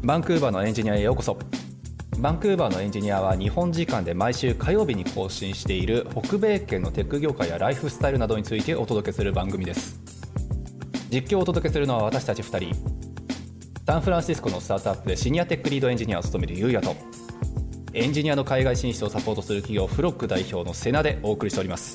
バンクーバーのエンジニアへようこそ。バンクーバーのエンジニアは日本時間で毎週火曜日に更新している北米圏のテック業界やライフスタイルなどについてお届けする番組です。実況をお届けするのは私たち2人、サンフランシスコのスタートアップでシニアテックリードエンジニアを務めるゆうやと、エンジニアの海外進出をサポートする企業フロック代表のセナでお送りしております。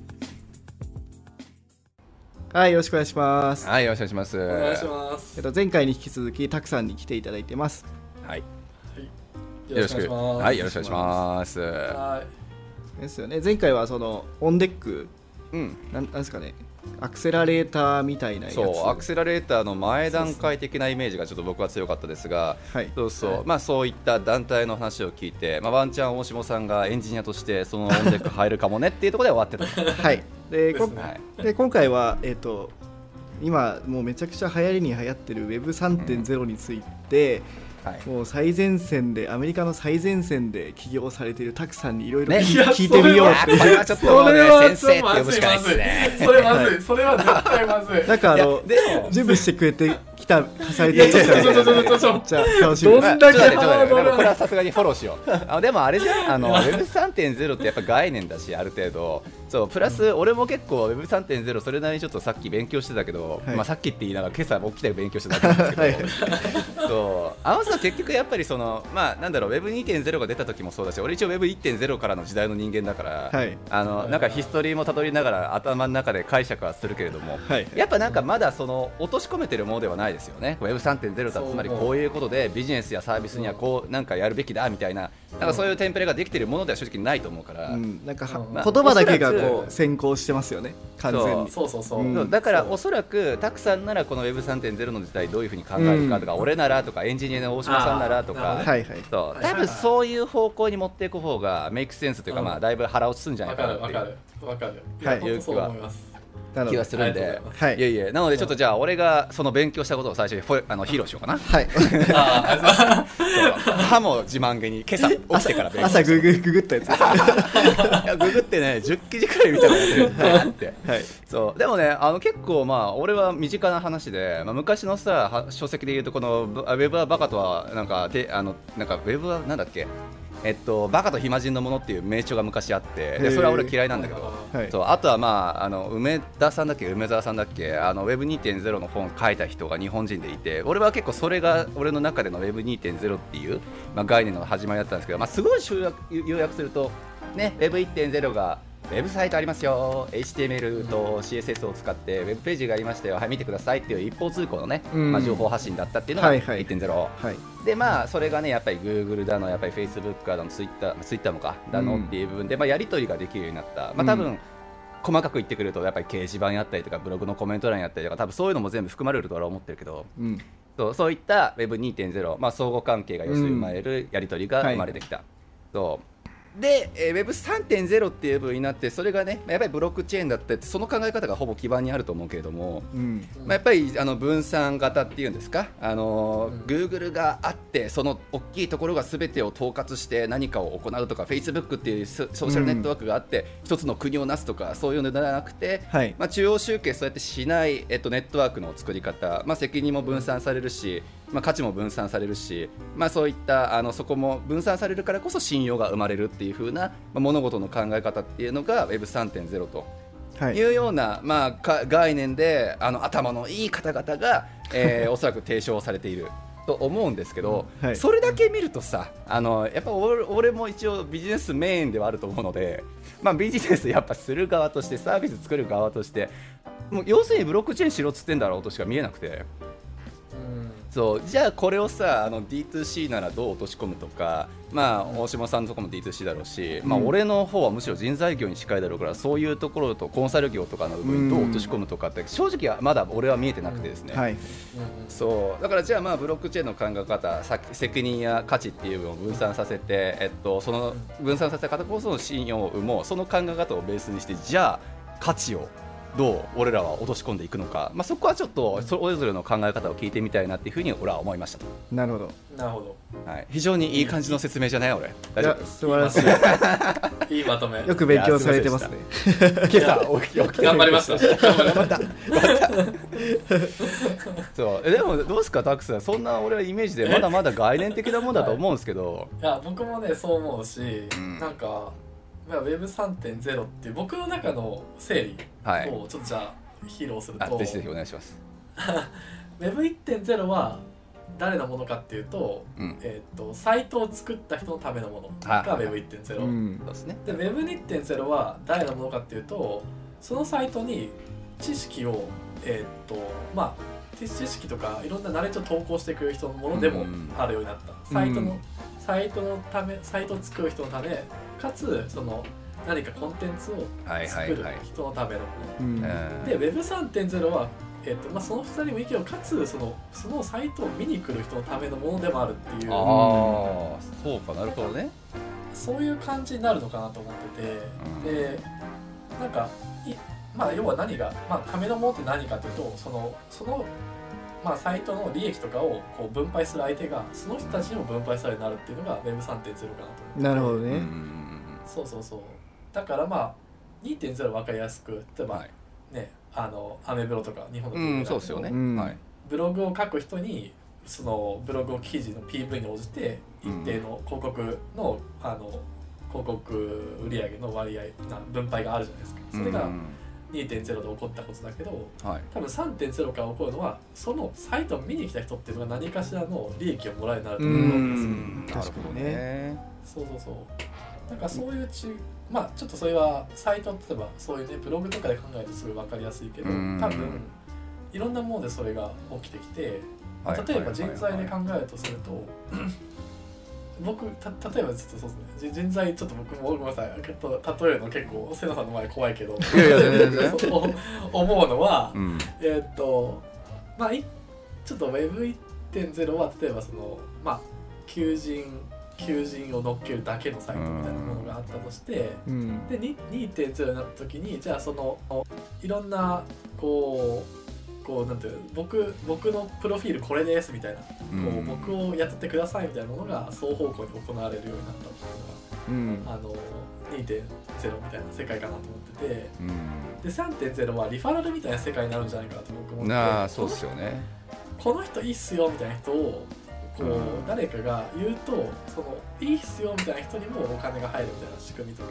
はい、よろしくお願いします。 はい、よろしくお願いします。 お願いします。 前回に引き続きたくさんに来ていただいてます。 はい、 よろしくお願いします。 はい、よろしくお願いします。 はですよね。前回はそのオンデック、なんですかね、アクセラレーターみたいなやつ。 そう、アクセラレーターの前段階的なイメージがちょっと僕は強かったですが、 はい、 そういった団体の話を聞いて、ワンチャン大下さんがエンジニアとしてそのオンデック入るかもねっていうところで終わってた。 はい。で今回は今もうめちゃくちゃ流行りに流行ってる Web3.0 について、もう最前線でアメリカの最前線で起業されているタクさんにいろいろ聞いてみようっていう。 これはちょっとね、先生って呼ぶしかないですね。 それまずい、それは絶対まずい。 なんか準備してくれてきたされてるじゃないですか。じゃあ楽しみです。 どんだけハードルこれはさすがにフォローしよう。でもあれじゃん、Web3.0 ってやっぱ概念だし、ある程度そうプラス俺も結構 Web3.0 それなりにちょっとさっき勉強してたけど、さっきって言いながら今朝起きて勉強してたんですけど、そう結局やっぱりそのなんだろう Web2.0 が出た時もそうだし、俺一応 Web1.0 からの時代の人間だから、なんかヒストリーもたどりながら頭の中で解釈はするけれども、やっぱなんかまだその落とし込めてるものではないですよね。 Web3.0 とはつまりこういうことでビジネスやサービスにはこうなんかやるべきだみたいな、なんかそういうテンプレができてるものでは正直ないと思うから、 なんか言葉だけがこう先行してますよね、完全に。 そうだからおそらくたくさんならこの Web3.0 の時代どういうふうに考えるかとか、俺ならとかエンジニアの大島さんならとか、多分そういう方向に持っていく方がメイクセンスというか、だいぶ腹落ちするんじゃないかなっていういう気はするんで、いやなのでちょっとじゃあ俺がその勉強したことを最初に披露しようかな。歯も自慢げに今朝起きてから勉強朝ググったやつ。 いやググってね10記事くらい見たのやってるんだって。そうでもね結構俺は身近な話で、昔のさ書籍でいうとこのウェブはバカとはなんかウェブはなんだっけ、バカと暇人のものっていう名著が昔あって、でそれは俺嫌いなんだけど、そうあとは梅沢さんだっけWeb2.0 の本を書いた人が日本人でいて、俺は結構それが俺の中での Web2.0 っていう、概念の始まりだったんですけど、すごい要約するとね Web1.0 がウェブサイトありますよ、 HTML と CSS を使ってウェブページがありましたよ、はい見てくださいっていう一方通行のね、情報発信だったっていうのが 1.0、でそれがねやっぱり Google だのやっぱり Facebook だの Twitter もかだのっていう部分で、やり取りができるようになった。多分細かく言ってくるとやっぱり掲示板やったりとかブログのコメント欄やったりとか、多分そういうのも全部含まれると俺は思ってるけど、そういった Web2.0、相互関係が要するに生まれるやり取りが生まれてきた。で、Web3.0 っていう部分になって、それがねやっぱりブロックチェーンだって、その考え方がほぼ基盤にあると思うけれども、やっぱり分散型っていうんですか、Google があってその大きいところが全てを統括して何かを行うとか、 Facebook っていうソーシャルネットワークがあって一つの国をなすとか、そういうのではなくて、中央集計そうやってしない、ネットワークの作り方、責任も分散されるし、価値も分散されるし、そういったそこも分散されるからこそ信用が生まれるっていう風な、物事の考え方っていうのが Web3.0 というような、概念で頭のいい方々が、おそらく提唱されていると思うんですけど、それだけ見るとさ、やっぱ俺も一応ビジネスメインではあると思うので、ビジネスやっぱする側としてサービス作る側として、もう要するにブロックチェーンしろっつってんだろうとしか見えなくて、じゃあこれをさD2C ならどう落とし込むとか、大島さんのところも D2C だろうし、俺の方はむしろ人材業に近いだろうから、そういうところとコンサル業とかの部分にどう落とし込むとかって正直はまだ俺は見えてなくてですね、そうだからじゃあブロックチェーンの考え方、責任や価値っていう部分を分散させて、その分散させた方こその信用を生もう、その考え方をベースにして、じゃあ価値をどう俺らは落とし込んでいくのか、そこはちょっとそれぞれの考え方を聞いてみたいなっていうふうに俺は思いましたと。 なるほどなるほど、 はい、非常にいい感じの説明じゃない俺。大丈夫？ 素晴らしいいいまとめ。 よく勉強されてますね。 頑張りました。頑張った。 そうでもどうですかタクさん、そんな俺はイメージでまだまだ概念的なもんだと思うんですけど、 いや僕もねそう思うし、なんかWeb3.0 っていう僕の中の整理をちょっとじゃあ披露すると、 ぜひぜひお願いします。 Web1.0 は誰のものかっていうと、サイトを作った人のためのものが Web1.0、ですね。で Web2.0 は誰のものかっていうと、そのサイトに知識を知識とかいろんなナレッジを投稿してくれる人のものでもあるようになった。サイトのため、サイトを作る人のため、かつその何かコンテンツを作る人のためのもの、で Web3.0 はその2人も意見をかつそのサイトを見に来る人のためのものでもあるっていう、 そうか、なるほどね。 そういう感じになるのかなと思ってて、でなんか要は何が、ためのものって何かというと、そのサイトの利益とかをこう分配する相手がその人たちにも分配されるようになるっていうのが Web3.0 かなと思って。 なるほどね。 そうだから2.0 分かりやすく、例えば、ね、アメブロとか日本のブログ、 そうですよね、 ブログを書く人にそのブログ記事の PV に応じて一定の広告の、広告売上の割合な分配があるじゃないですか。それが2.0 で起こったことだけど、多分 3.0 から起こるのはそのサイトを見に来た人っていうのが何かしらの利益をもらえるようになると思うんですよ。 なるほどね。 そうなんかそういうちょっとそれはサイト、例えばそういうねブログとかで考えるとすごい分かりやすいけど、多分いろんなものでそれが起きてきて、例えば人材で考えるとすると、僕例えばちょっとそうですね、人材ちょっと僕もごめんなさい、例えるの結構瀬野さんの前怖いけど、思うのは、ちょっと Web1.0 は例えばその求人を乗っけるだけのサイトみたいなものがあったとして、で 2.0 になった時に、じゃあそのいろんなこうなんていう僕のプロフィールこれですみたいな、僕を雇ってくださいみたいなものが双方向に行われるようになったっていうのが、2.0 みたいな世界かなと思ってて、で 3.0 はリファラルみたいな世界になるんじゃないかなと僕思って、 そうですよね。 この人いいっすよみたいな人を誰かが言うと、そのいいっすよみたいな人にもお金が入るみたいな仕組みと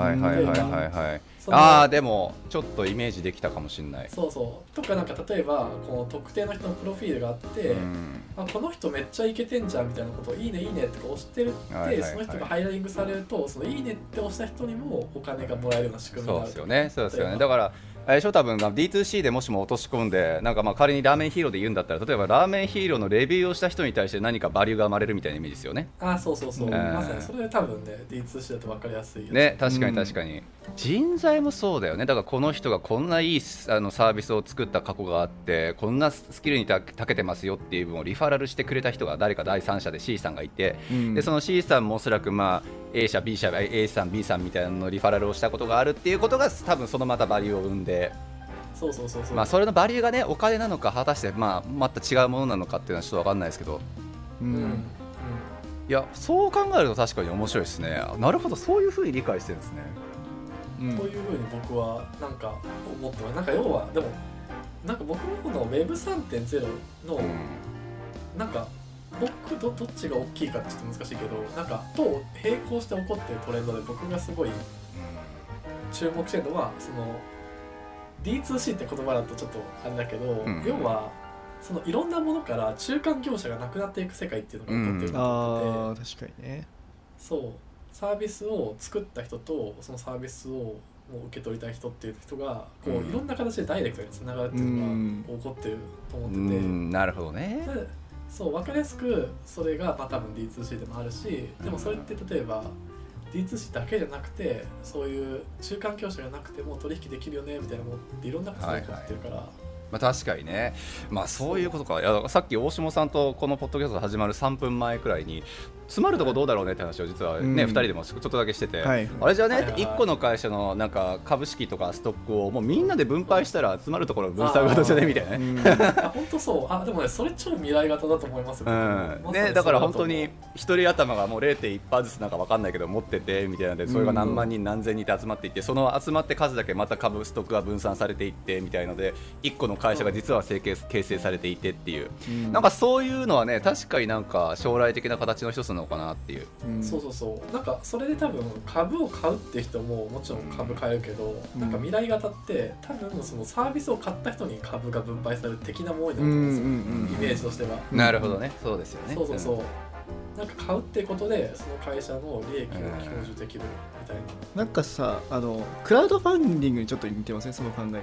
か、 でもちょっとイメージできたかもしれない。とかなんか例えばこの特定の人のプロフィールがあって、この人めっちゃイケてんじゃんみたいなことをいいねいいねって押してるって、その人がハイライングされると、そのいいねって押した人にもお金がもらえるような仕組みになる。そうですよね。だから多分 D2C でもしも落とし込んで、なんか仮にラーメンヒーローで言うんだったら、例えばラーメンヒーローのレビューをした人に対して何かバリューが生まれるみたいなイメージですよね。 まさにそれ多分ね D2C だと分かりやすいね。確かに、人材もそうだよね。だからこの人がこんないいサービスを作った過去があって、こんなスキルに長けてますよっていう分をリファラルしてくれた人が誰か第三者で C さんがいて、でその C さんもおそらくA 社 B 社 A さん B さんみたいなのリファラルをしたことがあるっていうことが多分そのまたバリューを生んで、それのバリューがね、お金なのか果たしてまた違うものなのかっていうのはちょっと分かんないですけど、いやそう考えると確かに面白いですね。なるほど、そういう風に理解してるんですね。 そういう風に僕はなんか思ってます。なんか要はでもなんか僕の Web3.0 のなんか僕どっちが大きいかってちょっと難しいけど、なんかと並行して起こってるトレンドで僕がすごい注目してるのは、その D2C って言葉だとちょっとあれだけど、要はそのいろんなものから中間業者がなくなっていく世界っていうのが起こってると思ってて、 確かにね。 サービスを作った人とそのサービスをもう受け取りたい人っていう人がこういろんな形でダイレクトにつながるっていうのが起こってると思ってて、 なるほどね。 分かりやすくそれが多分 D2C でもあるし、でもそれって例えば D2C だけじゃなくて、そういう中間業者がなくても取引できるよねみたいなものっていろんなことが起こってるから、 確かにね。そういうことか。いやさっき大下さんとこのポッドキャスト始まる3分前くらいに詰まるとこどうだろうねって話を実はね、2人でもちょっとだけしてて、あれじゃね、1個の会社のなんか株式とかストックをもうみんなで分配したら詰まるところ分散型じゃねみたいなね。 本当そう。でもね、それ超未来型だと思いますよ。 ね、だから本当に一人頭がもう 0.1% ずつなんか分かんないけど持っててみたいなので、それが何万人何千人って集まっていって、その集まって数だけまた株ストックが分散されていってみたいので、1個の会社が実は形成されていてっていう、なんかそういうのはね、確かになんか将来的な形の一つなのかなっていう。 そうそうそう。なんかそれで多分株を買うって人ももちろん株買えるけど、なんか未来型って多分そのサービスを買った人に株が分配される的なものになると思うんですよ、イメージとしては。 なるほどね、そうですよね。 そうそうそう。なんか買うってことでその会社の利益を享受できるみたいな。なんかさ、クラウドファンディングにちょっと似てません、その考え方って。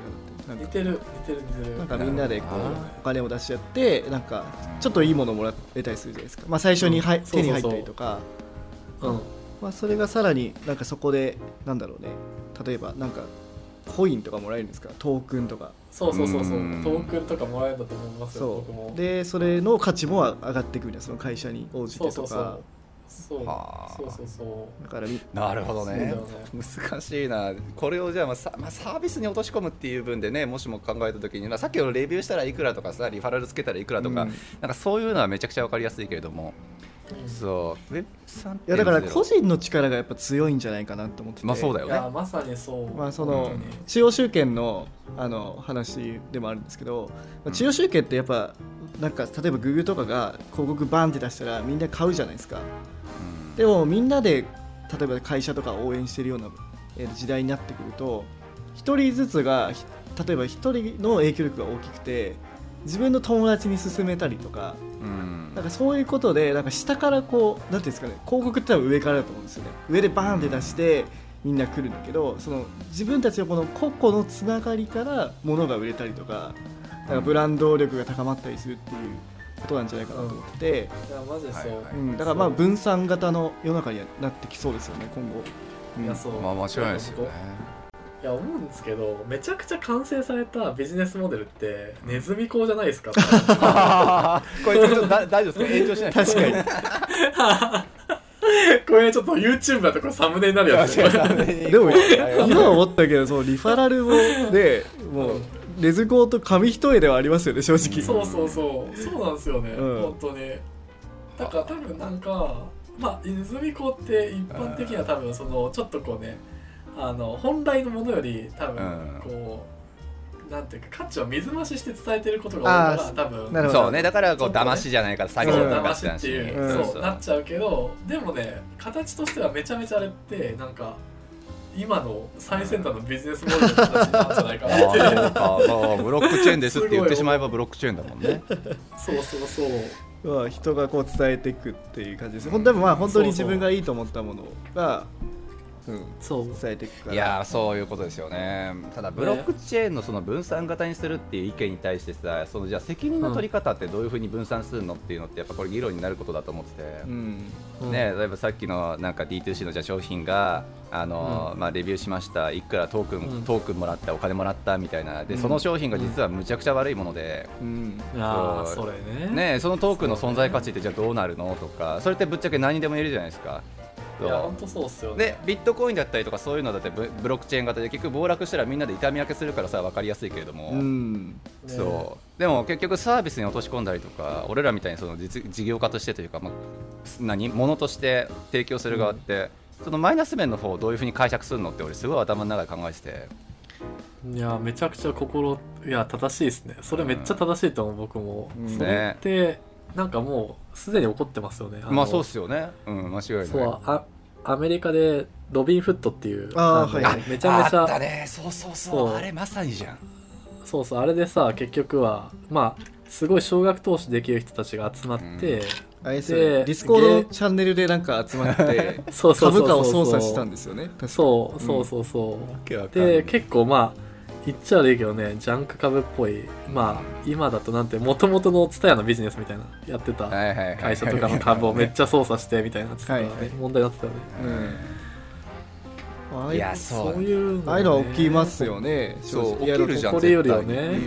似てる。 なんかみんなでこうお金を出し合って、なんかちょっといいものをもらえたりするじゃないですか。まあ最初に手に入ったりとか。まあそれがさらになんかそこでなんだろうね。例えばなんかコインとかもらえるんですか、トークンとか。 そうトークンとかもらえるんだと思いますよ。僕もでそれの価値も上がってくるんです、その会社に応じてとか。 そうだからなるほどね。難しいな。これをじゃあサービスに落とし込むっていう分でね、もしも考えた時に、さっきのレビューしたらいくらとかさ、リファラルつけたらいくらとか、なんかそういうのはめちゃくちゃ分かりやすいけれども、そういやだから個人の力がやっぱ強いんじゃないかなと思ってて。 まあそうだよね。 いやまさにそう。 まあその中央集権の話でもあるんですけど、中央集権ってやっぱなんか例えば Google とかが広告バンって出したらみんな買うじゃないですか。でもみんなで例えば会社とかを応援しているような時代になってくると、一人ずつが例えば一人の影響力が大きくて自分の友達に勧めたりとか、なんかそういうことでなんか下からこうなんていうんですかね、広告って多分上からだと思うんですよね。上でバーンって出してみんな来るんだけど、その自分たちのこの個々のつながりから物が売れたりとか、なんかブランド力が高まったりするっていうことなんじゃないかなと思ってて、 いやマジでそう、 だからまあ分散型の世の中にはなってきそうですよね今後。 いやそう、 まあ間違いないですよね。 いや思うんですけど、めちゃくちゃ完成されたビジネスモデルってネズミ講じゃないですか。 これちょっと大丈夫ですか、炎上しない。 確かに。 これちょっと YouTube だとこれサムネになるやつ。 でも今思ったけど、そうリファラルもでもうネズコと紙一重ではありますよね正直。 そうなんですよね、本当に。だから多分なんかまあネズミ講って一般的には多分そのちょっとこうね、本来のものより多分こう、なんていうか価値を水増しして伝えてることが多いから多分そうね、だからこう騙しじゃないから詐欺じゃないから騙しっていうそうなっちゃうけど、でもね形としてはめちゃめちゃあれってなんか今の最先端のビジネスモデルの形なんじゃないかなって。 ブロックチェーンですって言ってしまえばブロックチェーンだもんね。 そう、人がこう伝えていくっていう感じです。でもまあ本当に自分がいいと思ったものが伝えていくから。 いやそういうことですよね。ただブロックチェーンのその分散型にするっていう意見に対してさ、そのじゃあ責任の取り方ってどういうふうに分散するのっていうのってやっぱこれ議論になることだと思ってて、ね、例えばさっきのなんか D2C のじゃあ商品がまあ、レビューしました、いくらトークンもらったお金もらったみたいなで、その商品が実はむちゃくちゃ悪いもので、 それね、 そのトークンの存在価値ってじゃあどうなるのとか、それってぶっちゃけ何にでも言えるじゃないですか。 いや本当そうっすよね。 でビットコインだったりとかそういうのだってブロックチェーン型で結局暴落したらみんなで痛み分けするからさ分かりやすいけれども、そうでも結局サービスに落とし込んだりとか、俺らみたいにその事業家としてというか、物として提供する側って、そのマイナス面の方をどういうふうに解釈するのって俺すごい頭の中で考えてて、 いやめちゃくちゃ正しいですね。それめっちゃ正しいと思う、僕も。それってなんかもうすでに起こってますよね。 まあそうっすよね、間違いない。 そうアメリカでロビンフットっていうめちゃめちゃあったね。そうあれまさにじゃん。 あれでさ、結局はまあすごい少額投資できる人たちが集まって、 ディスコードのチャンネルでなんか集まって株価を操作したんですよね。そうで結構まあ言っちゃ悪いけどね、ジャンク株っぽい、まあ今だとなんて元々のTSUTAYAのビジネスみたいなやってた会社とかの株をめっちゃ操作してみたいな問題になってたよね。 いやそういうのは起きますよね。 そう起きるじゃん。 起こりよるよね。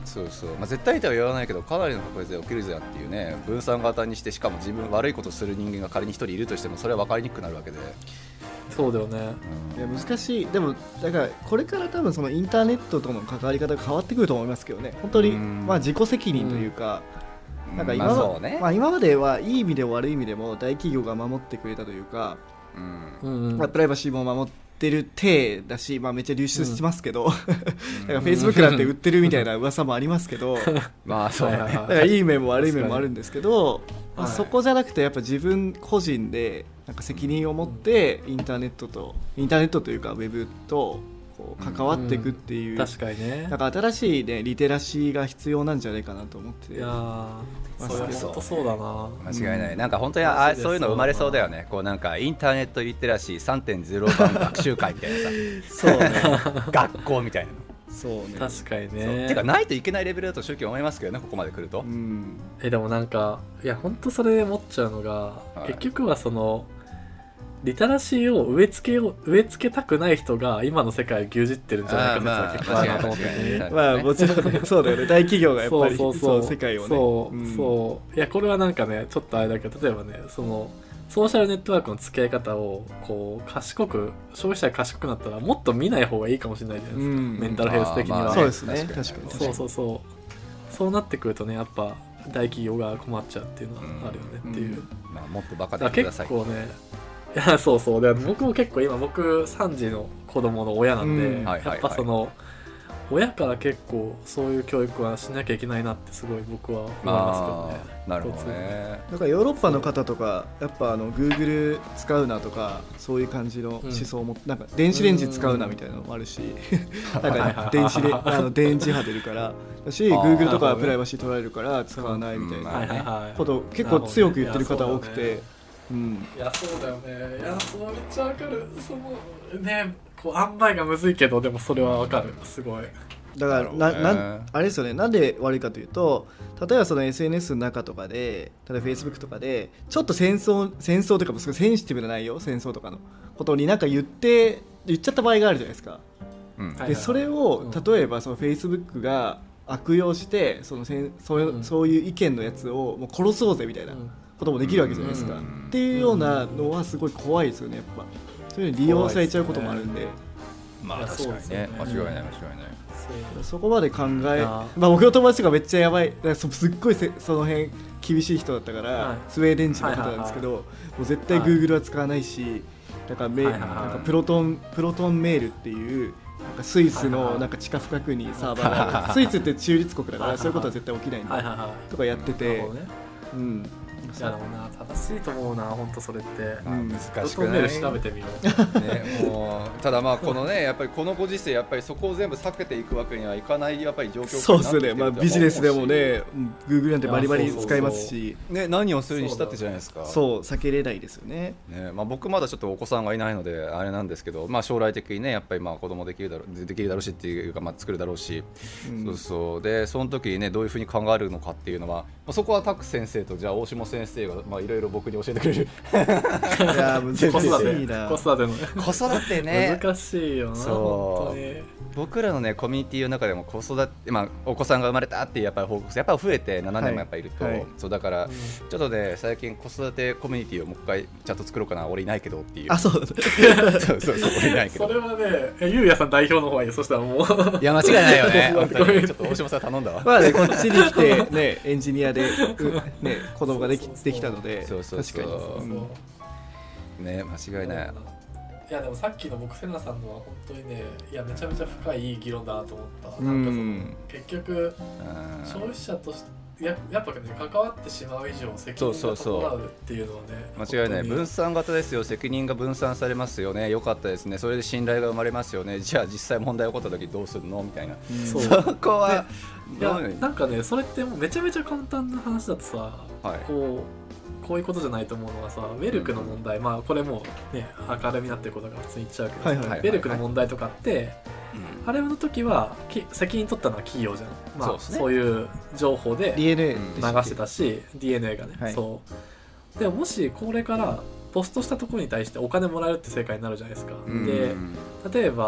そうそう、絶対とは言わないけどかなりの確率で起きるじゃんっていうね、分散型にして、しかも自分悪いことする人間が仮に一人いるとしてもそれは分かりにくくなるわけで。 そうだよね、 いや難しい。でもだからこれから多分そのインターネットとの関わり方が変わってくると思いますけどね。本当に自己責任というか、なんか今まではいい意味でも悪い意味でも大企業が守ってくれたというか、プライバシーも守ってる体だし、めっちゃ流出しますけど、なんか Facebook なんて売ってるみたいな噂もありますけど、 そうだね。 だからいい面も悪い面もあるんですけど、そこじゃなくてやっぱ自分個人でなんか責任を持ってインターネットというかウェブとこう関わっていくっていう、 確かにね、 なんか新しい、リテラシーが必要なんじゃないかなと思ってて。 いやそれは本当そうだな、 間違いない。なんか本当にそういうの生まれそうだよね。こうなんかインターネットリテラシー 3.0 番学習会みたいなさそうね学校みたいな。 そうね、 確かにね。 てかないといけないレベルだと正直思いますけどね、ここまで来ると。 でもなんかいや本当それで思っちゃうのが、結局はそのリテラシーを植え付けたくない人が今の世界を牛耳ってるんじゃないかって結構あるなと思ってね。 もちろんね、そうだよね。大企業がやっぱりそう世界をね。 そういやこれはなんかねちょっとあれだけど、例えばねそのソーシャルネットワークの付き合い方をこう賢く消費者が賢くなったらもっと見ない方がいいかもしれないじゃないですか、メンタルヘルス的には。 そうですね、確かに。 そうなってくるとね、やっぱ大企業が困っちゃうっていうのはあるよねっていう。 もっとバカでください。 結構ね、いやそうで僕も結構今僕3児の子供の親なんで、やっぱその親から結構そういう教育はしなきゃいけないなってすごい僕は思いますけどね。 なるほどね。 だからヨーロッパの方とかやっぱGoogle 使うなとかそういう感じの思想も、なんか電子レンジ使うなみたいなのもあるし、なんか電磁波出るからだし、Google とかはプライバシー取られるから使わないみたいなこと結構強く言ってる方多くて。 いやそうだよね。いやそうめっちゃわかる。そのねこう塩梅がむずいけど、でもそれはわかる。すごい。 だからあれですよね。なんで悪いかというと、例えばその SNS の中とかで、例えば Facebook とかでちょっと戦争とかもすごいセンシティブな内容、戦争とかのことになんか言っちゃった場合があるじゃないですか。でそれを例えばその Facebook が悪用してそういう意見のやつをもう殺そうぜみたいなこともできるわけじゃないですか、っていうようなのはすごい怖いですよね。やっぱそういうのに利用されちゃうこともあるんで、 確かにね、間違いない。 そこまで考え、僕の友達がめっちゃやばい、すっごいその辺厳しい人だったから、スウェーデン人の方なんですけど、もう絶対 Google は使わないし、だからなんかプロトンメールっていうなんかスイスのなんか地下深くにサーバーがある、スイスって中立国だからそういうことは絶対起きないんだとかやってて、 いやでもな正しいと思うな、本当それって、 難しくない。 調べてみよう、 ね、もうただこのねやっぱりこのご時世やっぱりそこを全部避けていくわけにはいかないやっぱり状況そうですね。ビジネスでもね Google なんてバリバリ使いますし、 ね、何をするにしたってじゃないですか。 そう避けれないですよね。 僕まだちょっとお子さんがいないのであれなんですけど、将来的にねやっぱり子供できるだろうしっていうか作るだろうし、でその時にねどういうふうに考えるのかっていうのは、そこはタク先生とじゃあ大下先生がいろいろ僕に教えてくれる。 いや難しいな。 子育てね難しいよな。本当に僕らのねコミュニティの中でも子育て、お子さんが生まれたっていうやっぱり増えて7年もやっぱりいると、そうだから、ちょっとね最近子育てコミュニティをもう一回ちゃんと作ろうかな、俺いないけどっていう。 そう俺いないけど。 それはねゆうやさん代表の方がいい。そしたらもういや間違いないよね。本当にちょっと大島さん頼んだわ。 こっちに来てねエンジニアでね子供ができたので、確かにね間違いない。 いやでもさっきの僕セナさんのは本当にね、いやめちゃめちゃ深いいい議論だなと思った。なんかその結局消費者としてやっぱね関わってしまう以上責任が伴うっていうのはね間違いない。分散型ですよ。責任が分散されますよね。よかったですね。それで信頼が生まれますよね。じゃあ実際問題起こった時どうするのみたいな、そこはいやなんかねそれってもうめちゃめちゃ簡単な話だとさ、こういうことじゃないと思うのはさ、ウェルクの問題、これもね明るみになってることが普通に言っちゃうけど、ウェルクの問題とかって、あれの時は責任取ったのは企業じゃん。そういう情報で流してたし DNA がね、そうでももしこれからポストしたところに対してお金もらえるって世界になるじゃないですか。で例えば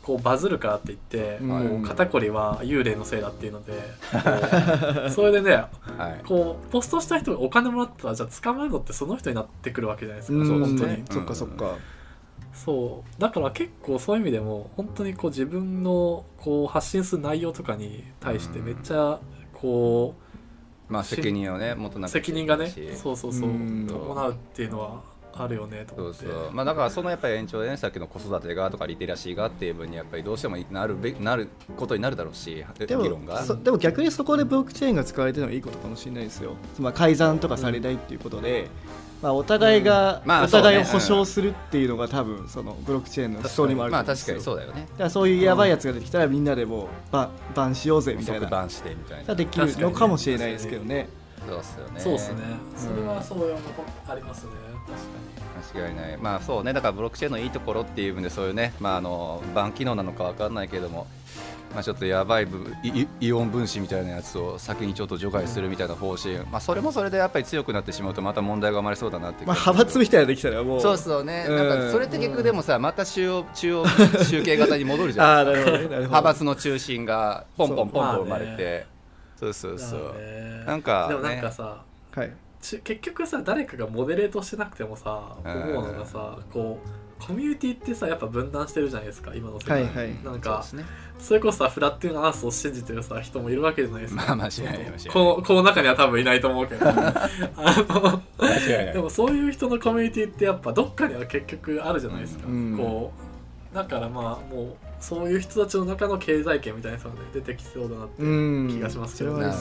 こうバズるからって言って、こう肩こりは幽霊のせいだっていうのでそれでね、こうポストした人がお金もらったらじゃあ捕まるのってその人になってくるわけじゃないですか。本当にそっかそっか。 そうだから結構そういう意味でも本当にこう自分のこう発信する内容とかに対してめっちゃこう、 責任をね持たなくて責任がねそう伴うっていうのはあるよねと思って。 だからそのやっぱり延長でね、さっきの子育てがとかリテラシーがっていう分にやっぱりどうしてもなることになるだろうし、議論がでも逆にそこでブロックチェーンが使われてるのはいいことかもしれないですよ。改ざんとかされないっていうことで、お互いがお互いを保証するっていうのが多分そのブロックチェーンの思想にもあると思うんですよ。 確かにそうだよね。 だからそういうやばいやつが出てきたらみんなでもうバンしようぜみたいな、 バンしてみたいなできるのかもしれないですけどね。 そうですよね。 そうですね。それはそうありますね。 間違いない。そうね、だからブロックチェーンのいいところっていう分でそういうね、バン機能なのか分かんないけれども、ちょっとやばいイオン分子みたいなやつを先にちょっと除外するみたいな方針、それもそれでやっぱり強くなってしまうとまた問題が生まれそうだなっていう、 派閥みたいなのできたらもうそうそうね、なんかそれって結局でもさ、また中央集計型に戻るじゃないですか。派閥の中心がポンポン生まれて、そうなんかでもなんかさ、結局さ誰かがモデレートしてなくてもさ思うのがさ、こうコミュニティってさやっぱ分断してるじゃないですか今の世界、なんか それこそさフラットゥーンアースを信じてるさ人もいるわけじゃないですか。この中には多分いないと思うけどでもそういう人のコミュニティってやっぱどっかには結局あるじゃないですか、こうだからもうそういう人たちの中の経済圏みたいなのが出てきそうだなって気がしますけどね。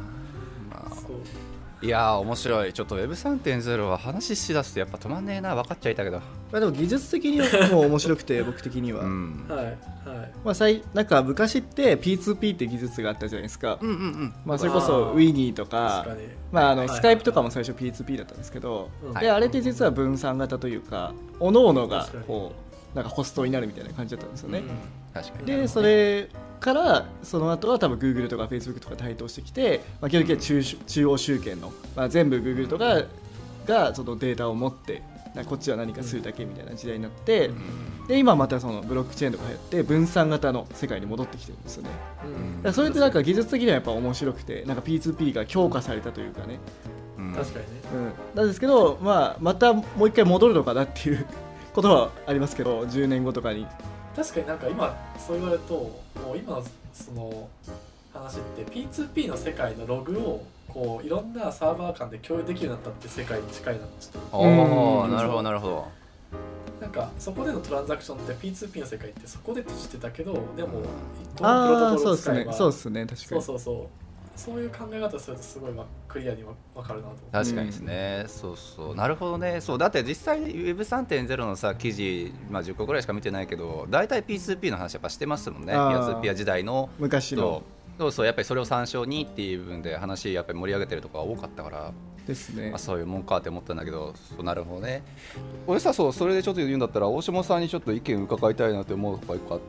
いやー面白い。ちょっと Web3.0 は話しだすとやっぱ止まんねえな。分かっちゃいたけど、 でも技術的にはもう面白くて僕的には、なんか昔って P2P って技術があったじゃないですか。それこそ Winnie とかスカイプとかも最初 P2P だったんですけど、であれって実は分散型というか各々がこうなんかホストになるみたいな感じだったんですよね。でそれからその後は多分 Google とか Facebook とか台頭してきて、基本的には中央集権の、全部 Google とかがそのデータを持ってこっちは何かするだけみたいな時代になって、で今またそのブロックチェーンとかやって分散型の世界に戻ってきてるんですよね。だからそれってなんか技術的にはやっぱ面白くて、なんか P2P が強化されたというかね。 確かにね。 なんですけど、またもう一回戻るのかなっていうことはありますけど、10年後とかに。 確かになんか今そう言われるともう今のその話って P2P の世界のログをこういろんなサーバー間で共有できるようになったって世界に近いなってちょっと。 なるほどなるほど。 なんかそこでのトランザクションって P2P の世界ってそこで閉じてたけど、でも一個のプロトコルを使えばそうですね、確かにそういう考え方するとすごいクリアに分かるなと思って。 確かにですね、なるほどね。だって実際 Web3.0 のさ記事、10個ぐらいしか見てないけど大体 P2P の話やっぱしてますもんね。P2P 時代の昔のやっぱりそれを参照にっていう部分で話やっぱり盛り上げてるところが多かったからですね。 そういうもんかって思ったんだけど、なるほどね。俺さそれでちょっと言うんだったら大下さんにちょっと意見伺いたいなって思うことが1個あって、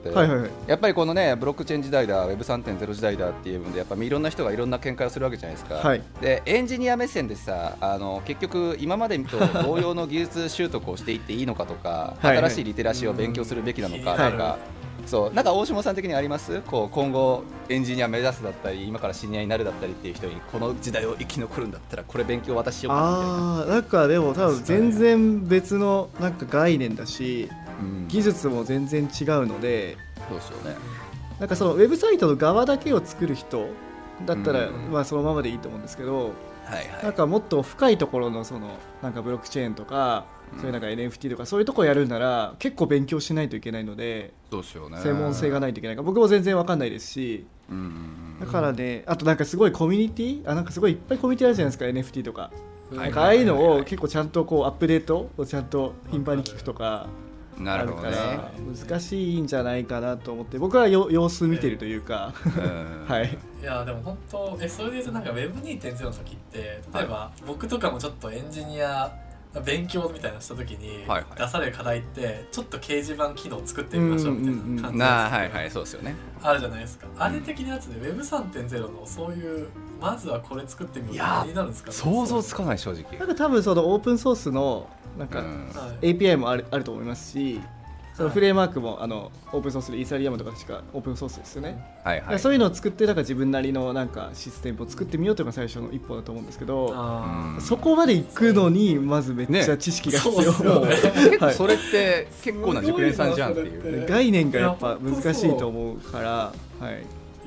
やっぱりこのねブロックチェーン時代だ Web3.0 時代だっていう部分でやっぱいろんな人がいろんな見解をするわけじゃないですか、でエンジニア目線でさ結局今までと同様の技術習得をしていっていいのかとか新しいリテラシーを勉強するべきなのかとか、なんか大下さん的にあります？今後エンジニア目指すだったり今からシニアになるだったりっていう人にこの時代を生き残るんだったらこれ勉強私しようかなみたいな。 なんかでも多分全然別のなんか概念だし、技術も全然違うので、 そうですよね。 なんかそのウェブサイトの側だけを作る人だったら、そのままでいいと思うんですけど、なんかもっと深いところのそのなんかブロックチェーンとかそういうなんか NFT とかそういうところやるなら結構勉強しないといけないので、 そうですよね、 専門性がないといけないから僕も全然わかんないですし、だからね、あとなんかすごいコミュニティなんかすごいいっぱいコミュニティあるじゃないですか NFT とか、なんかああいうのを結構ちゃんとこうアップデートをちゃんと頻繁に聞くとかあるから難しいんじゃないかなと思って僕は様子見てるというかいやでも本当それで言うとなんか Web2.0 の時って例えば僕とかもちょっとエンジニア勉強みたいなした時に出される課題ってちょっと掲示板機能を作ってみましょうみたいな感じですよね。あるじゃないですか。あれ的なやつで Web3.0 のそういうまずはこれ作ってみようってになるんですかね。 想像つかない正直。 なんか多分そのオープンソースのなんか API もあると思いますし、 そのフレームワークもオープンソースでイーサリアムとか確かオープンソースですよね、 はいはい、 そういうのを作ってなんか自分なりのなんかシステムを作ってみようというのが最初の一歩だと思うんですけど、そこまで行くのにまずめっちゃ知識が必要、 ね、結構それって結構な熟練さんじゃんっていう、 概念がやっぱ難しいと思うから、はい、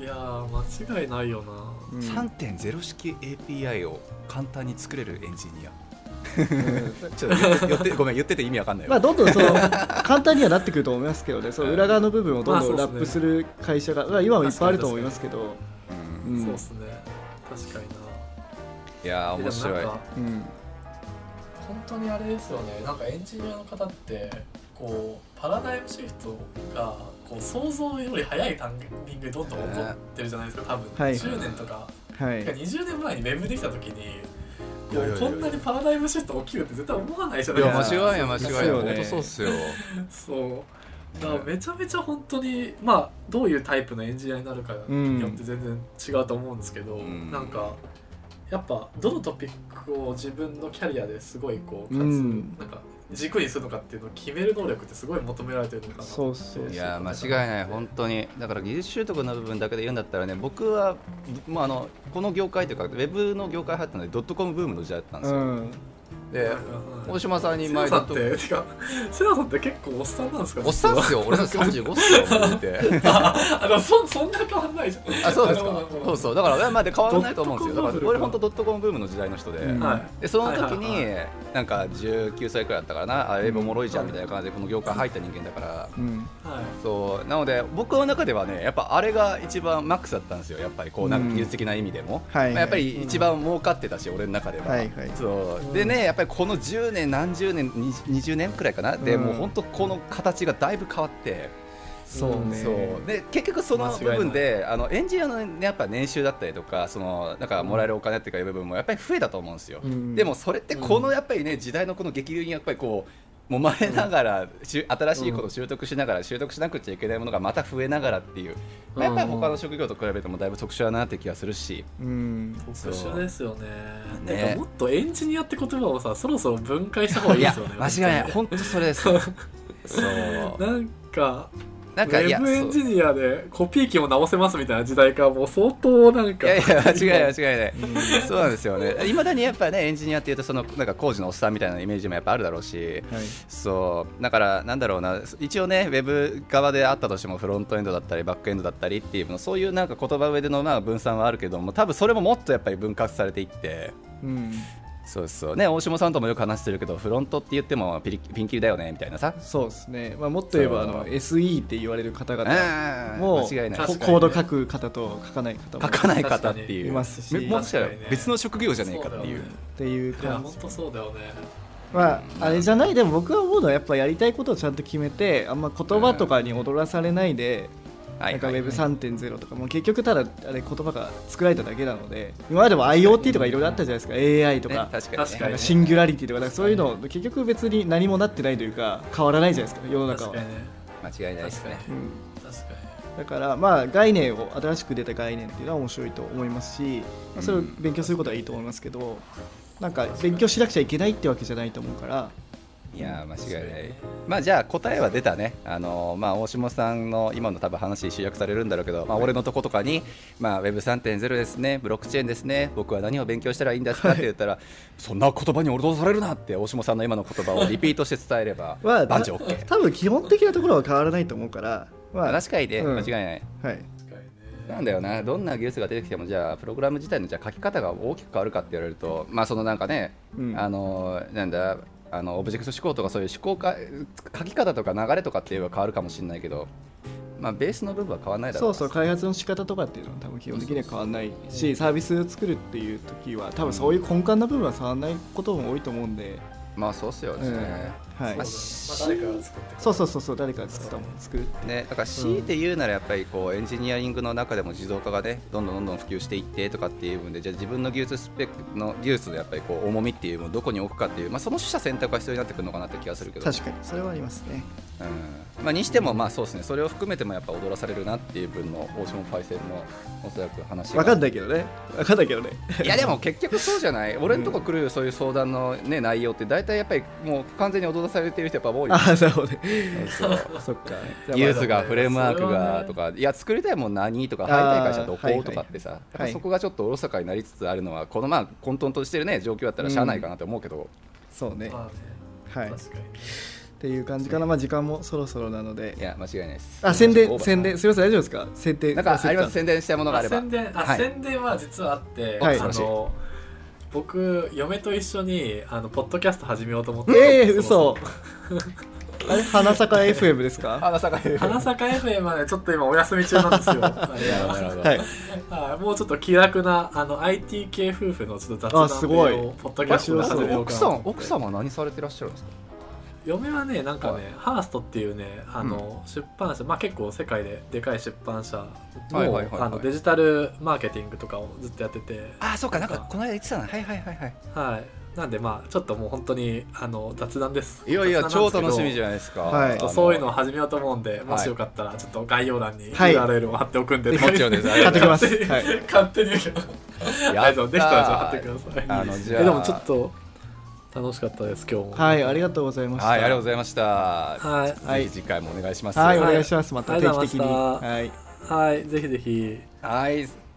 いや間違いないよな、 3.0 式 API を簡単に作れるエンジニアちょっとごめん言ってて意味わかんない、 どんどん簡単にはなってくると思いますけどね、その裏側の部分をどんどんラップする会社が、今もいっぱいあると思いますけど、 そうですね、確かにな。 いや面白い。 本当にあれですよね、なんかエンジニアの方ってこうパラダイムシフトがこう想像より早いタイミングでどんどん起こってるじゃないですか、多分、10年とか、20年前にウェブできた時にこんなにパラダイムシフト起きるって絶対思わないじゃないですか。 いや間違いない、本当そうっすよ。 そうだからめちゃめちゃ本当にどういうタイプのエンジニアになるかによって全然違うと思うんですけど、なんかやっぱどのトピックを自分のキャリアですごいこうなんか軸にするのかっていうのを決める能力ってすごい求められてるのかな。 そういや間違いない、本当に。だから技術習得の部分だけで言うんだったらね、僕はこの業界というかウェブの業界入ったのでドットコムブームの時代だったんですよ、で大島さんに前だとセナさんって結構おっさんなんですか？ おっさんっすよ、俺の35っすよってでもそんな変わんないじゃん。 そうですか。そうだから変わらないと思うんですよ。だから俺本当ドットコムブームの時代の人で、でその時になんか19歳くらいだったからな、ウェブおもろいじゃんみたいな感じでこの業界入った人間だから、そうなので僕の中ではね、やっぱあれが一番マックスだったんですよ。やっぱりこうなんか技術的な意味でも、やっぱり一番儲かってたし、俺の中では。そうでね、やっぱりこの10年何十年20年くらいかな、でもう本当この形がだいぶ変わって、そうで結局その部分でエンジニアの、ね、やっぱ年収だったりとか、なんかもらえるお金っていう部分もやっぱり増えたと思うんですよ、でもそれってこのやっぱりね時代のこの激流にやっぱりこう揉まれながら、新しいことを習得しながら、習得しなくちゃいけないものがまた増えながらっていう、やっぱり他の職業と比べてもだいぶ特殊だなって気がするし、 特殊ですよね。なんかもっとエンジニアって言葉をさ、そろそろ分解した方がいいですよね。 間違いない、本当それですそうなんかウェブエンジニアでコピー機も直せますみたいな時代からもう相当なんか、 いや間違いないそうなんですよね。いまだにやっぱねエンジニアっていうとなんか工事のおっさんみたいなイメージもやっぱあるだろうし、そうだからなんだろうな、一応ねウェブ側であったとしてもフロントエンドだったりバックエンドだったりっていうの、そういうなんか言葉上での分散はあるけども、多分それももっとやっぱり分割されていって、そうね、大下さんともよく話してるけど、フロントって言ってもピンキリだよねみたいなさ。 そうですね、もっと言えばSE って言われる方々も間違いない、コード書く方と書かない方っていういますし、 もしかしたら別の職業じゃねえかっていういや本当そうだよね。 あれじゃない、でも僕が思うのはやっぱやりたいことをちゃんと決めて、あんま言葉とかに踊らされないで、なんか Web3.0 とかも結局ただあれ言葉が作られただけなので、今までも IoT とかいろいろあったじゃないですか、AI とか、 確かにシンギュラリティとか、そういうの結局別に何もなってないというか変わらないじゃないですか、世の中は。 間違いないですね。 だから概念を新しく出た概念っていうのは面白いと思いますし、それを勉強することはいいと思いますけど、なんか勉強しなくちゃいけないってわけじゃないと思うから。 いや間違いない。じゃあ答えは出たね。大下さんの今の多分話集約されるんだろうけど、俺のとことかに、Web3.0 ですね、ブロックチェーンですね、僕は何を勉強したらいいんですかって言ったら、そんな言葉に踊らされるなって大下さんの今の言葉をリピートして伝えれば万事 OK。 多分基本的なところは変わらないと思うから、 確かにね、間違いない。なんだよな、どんな技術が出てきても、じゃあプログラム自体の書き方が大きく変わるかって言われると、そのなんかね、なんだオブジェクト思考とかそういう書き方とか流れとかっていうのは変わるかもしれないけど、ベースの部分は変わらないだろう。 そう開発の仕方とかっていうのは多分基本的には変わらないし、サービスを作るっていう時は多分そういう根幹な部分は変わらないことも多いと思うんで、 そうっすよね。 誰かが作ってそう誰かが作るってね。だから強いて言うならやっぱりこうエンジニアリングの中でも自動化がねどんどん普及していってとかっていう部分で、じゃあ自分の技術スペックの技術のやっぱりこう重みっていうのをどこに置くかっていう、その取捨選択が必要になってくるのかなって気がするけど。 確かにそれはありますね。 にしてもそうですね、それを含めてもやっぱ踊らされるなっていう分の大島パイセンのおそらく話が分かんないけどねいやでも結局そうじゃない。俺のとこ来るそういう相談の、内容って大体やっぱりもう完全に踊動されてる人やっぱ多い。 あ、なるほどね。そっか。 ユースがフレームワークがとか、いや作りたいもん何とか、入りたい会社どことかってさ、やっぱそこがちょっとおろそかになりつつあるのは、このまあ混沌としてるね状況だったらしゃあないかなと思うけど。 そうね。はい。 確かに。 っていう感じかな。まあ時間もそろそろなので。 いや間違いないです。 あ、宣伝すみません、大丈夫ですか？宣伝なんかあります？宣伝したいものがあれば。 宣伝は実はあって、僕嫁と一緒にポッドキャスト始めようと思って。 嘘。あれ花坂 FM ですか？ 花坂 FM はねちょっと今お休み中なんですよ。はい。もうちょっと気楽なIT 系夫婦のちょっと雑談をポッドキャストで始めようかな。 奥様は何されてらっしゃるんですか？ 嫁はねなんかね、ハーストっていうね出版社、まあ結構世界ででかい出版社のデジタルマーケティングとかをずっとやってて。 あ、そうか、なんかこの間言ってたな。はい。 はい。なんでまあちょっともう本当に雑談です。 いや超楽しみじゃないですか。 はい。そういうのを始めようと思うんで、もしよかったらちょっと概要欄に URL を貼っておくんで、 もちろんです。 貼ってきます。 勝手にできたらじゃあ貼ってください。でもちょっと楽しかったです今日も。 はい、ありがとうございました。 はい、ありがとうございました。 はい。 次回もお願いします。 はい、お願いします。また定期的に。はい。 はい、ぜひぜひ。 はい。